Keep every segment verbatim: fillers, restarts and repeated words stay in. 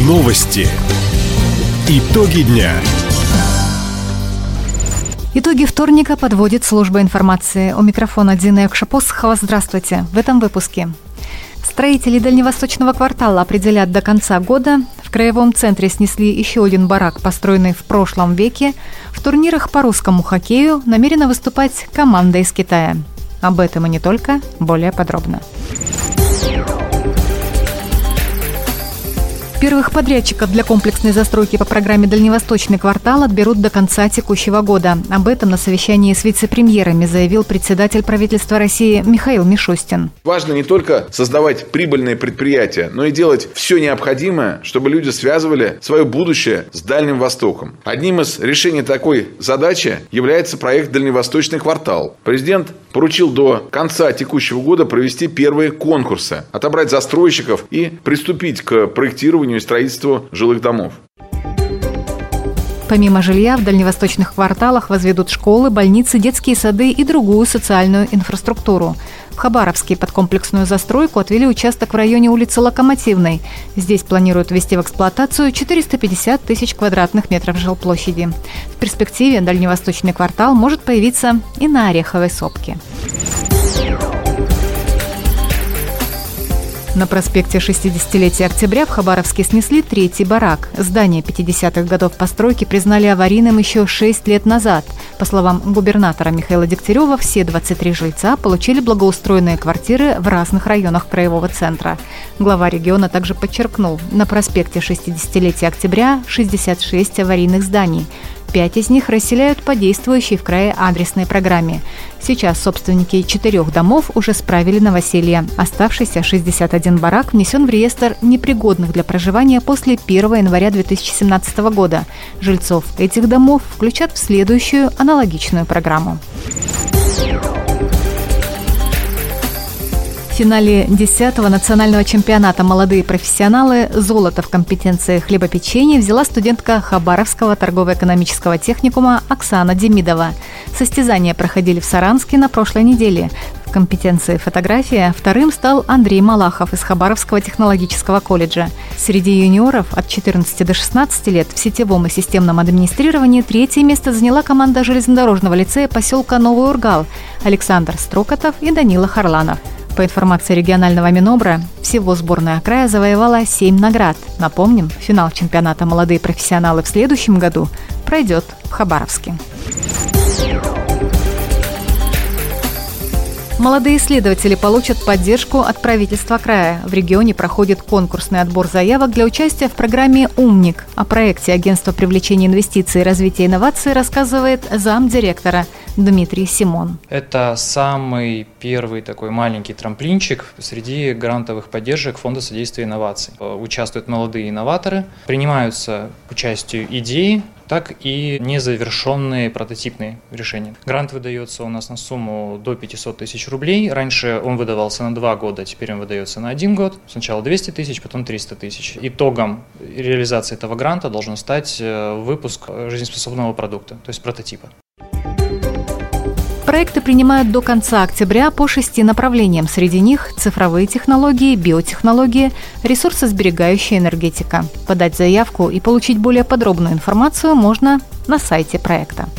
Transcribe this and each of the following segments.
Новости. Итоги дня. Итоги вторника подводит служба информации. У микрофона Дина Якшапосхова. Здравствуйте. В этом выпуске. Строители Дальневосточного квартала определят до конца года. В Краевом центре снесли еще один барак, построенный в прошлом веке. В турнирах по русскому хоккею намерена выступать команда из Китая. Об этом и не только, более подробно. Первых подрядчиков для комплексной застройки по программе «Дальневосточный квартал» отберут до конца текущего года. Об этом на совещании с вице-премьерами заявил председатель правительства России Михаил Мишустин. Важно не только создавать прибыльные предприятия, но и делать все необходимое, чтобы люди связывали свое будущее с Дальним Востоком. Одним из решений такой задачи является проект «Дальневосточный квартал». Президент поручил до конца текущего года провести первые конкурсы, отобрать застройщиков и приступить к проектированию и строительству жилых домов. Помимо жилья, в дальневосточных кварталах возведут школы, больницы, детские сады и другую социальную инфраструктуру. В Хабаровске под комплексную застройку отвели участок в районе улицы Локомотивной. Здесь планируют ввести в эксплуатацию четыреста пятьдесят тысяч квадратных метров жилплощади. В перспективе дальневосточный квартал может появиться и на Ореховой сопке. На проспекте шестидесятилетия октября в Хабаровске снесли третий барак. Здание пятидесятых годов постройки признали аварийным еще шесть лет назад. По словам губернатора Михаила Дегтярева, все двадцать три жильца получили благоустроенные квартиры в разных районах краевого центра. Глава региона также подчеркнул, на проспекте шестидесятилетия октября шестьдесят шесть аварийных зданий. Пять из них расселяют по действующей в крае адресной программе. Сейчас собственники четырех домов уже справили новоселье. Оставшийся шестьдесят один барак внесен в реестр непригодных для проживания после первого января две тысячи семнадцатого года. Жильцов этих домов включат в следующую аналогичную программу. В финале десятого национального чемпионата «Молодые профессионалы» золото в компетенции хлебопечения взяла студентка Хабаровского торгово-экономического техникума Оксана Демидова. Состязания проходили в Саранске на прошлой неделе. В компетенции фотография вторым стал Андрей Малахов из Хабаровского технологического колледжа. Среди юниоров от четырнадцати до шестнадцати лет в сетевом и системном администрировании третье место заняла команда железнодорожного лицея поселка Новый Ургал Александр Строкотов и Данила Харланов. По информации регионального Минобра, всего сборная края завоевала семь наград. Напомним, финал чемпионата «Молодые профессионалы» в следующем году пройдет в Хабаровске. Молодые исследователи получат поддержку от правительства края. В регионе проходит конкурсный отбор заявок для участия в программе «Умник». О проекте Агентства привлечения инвестиций и развития инноваций рассказывает замдиректора Дмитрий Симон. Это самый первый такой маленький трамплинчик среди грантовых поддержек Фонда содействия инноваций. Участвуют молодые инноваторы, принимаются к участию идеи, так и незавершенные прототипные решения. Грант выдается у нас на сумму до пятьсот тысяч рублей. Раньше он выдавался на два года, теперь он выдается на один год. Сначала двести тысяч, потом триста тысяч. Итогом реализации этого гранта должен стать выпуск жизнеспособного продукта, то есть прототипа. Проекты принимают до конца октября по шести направлениям. Среди них цифровые технологии, биотехнологии, ресурсосберегающая энергетика. Подать заявку и получить более подробную информацию можно на сайте проекта.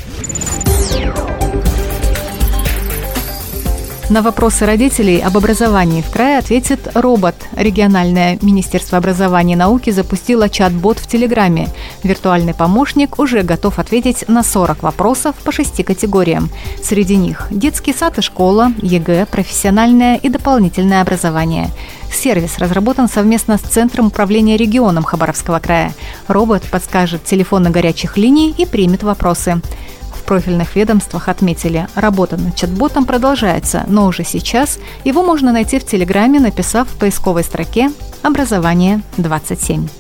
На вопросы родителей об образовании в крае ответит робот. Региональное министерство образования и науки запустило чат-бот в Телеграме. Виртуальный помощник уже готов ответить на сорок вопросов по шести категориям. Среди них детский сад и школа, ЕГЭ, профессиональное и дополнительное образование. Сервис разработан совместно с Центром управления регионом Хабаровского края. Робот подскажет телефоны горячих линий и примет вопросы. В профильных ведомствах отметили, работа над чат-ботом продолжается, но уже сейчас его можно найти в Телеграме, написав в поисковой строке «Образование двадцать семь».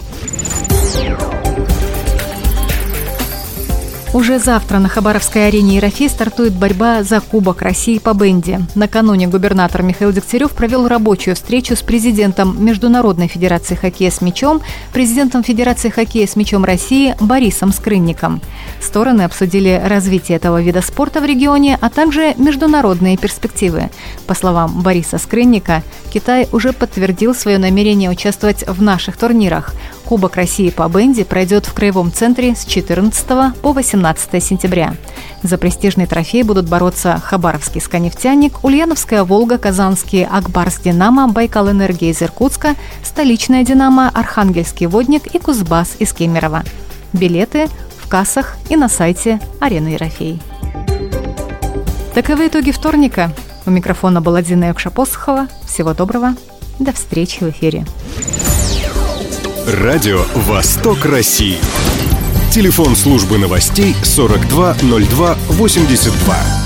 Уже завтра на Хабаровской арене «Ерофей» стартует борьба за Кубок России по бенди. Накануне губернатор Михаил Дегтярев провел рабочую встречу с президентом Международной федерации хоккея с мячом, президентом Федерации хоккея с мячом России Борисом Скрынником. Стороны обсудили развитие этого вида спорта в регионе, а также международные перспективы. По словам Бориса Скрынника, Китай уже подтвердил свое намерение участвовать в наших турнирах. Кубок России по бенди пройдет в Краевом центре с четырнадцатого по восемнадцатое сентября. За престижный трофей будут бороться Хабаровский «Сканефтяник», Ульяновская «Волга», Казанский «Акбарс Динамо», Байкал-Энергия из Иркутска, столичная «Динамо», Архангельский «Водник» и Кузбасс из Кемерово. Билеты в кассах и на сайте «Арены Ерофей». Таковы итоги вторника. У микрофона была Дина Якшапосхова. Всего доброго. До встречи в эфире. Радио «Восток России». Телефон службы новостей сорок два ноль два восемьдесят два.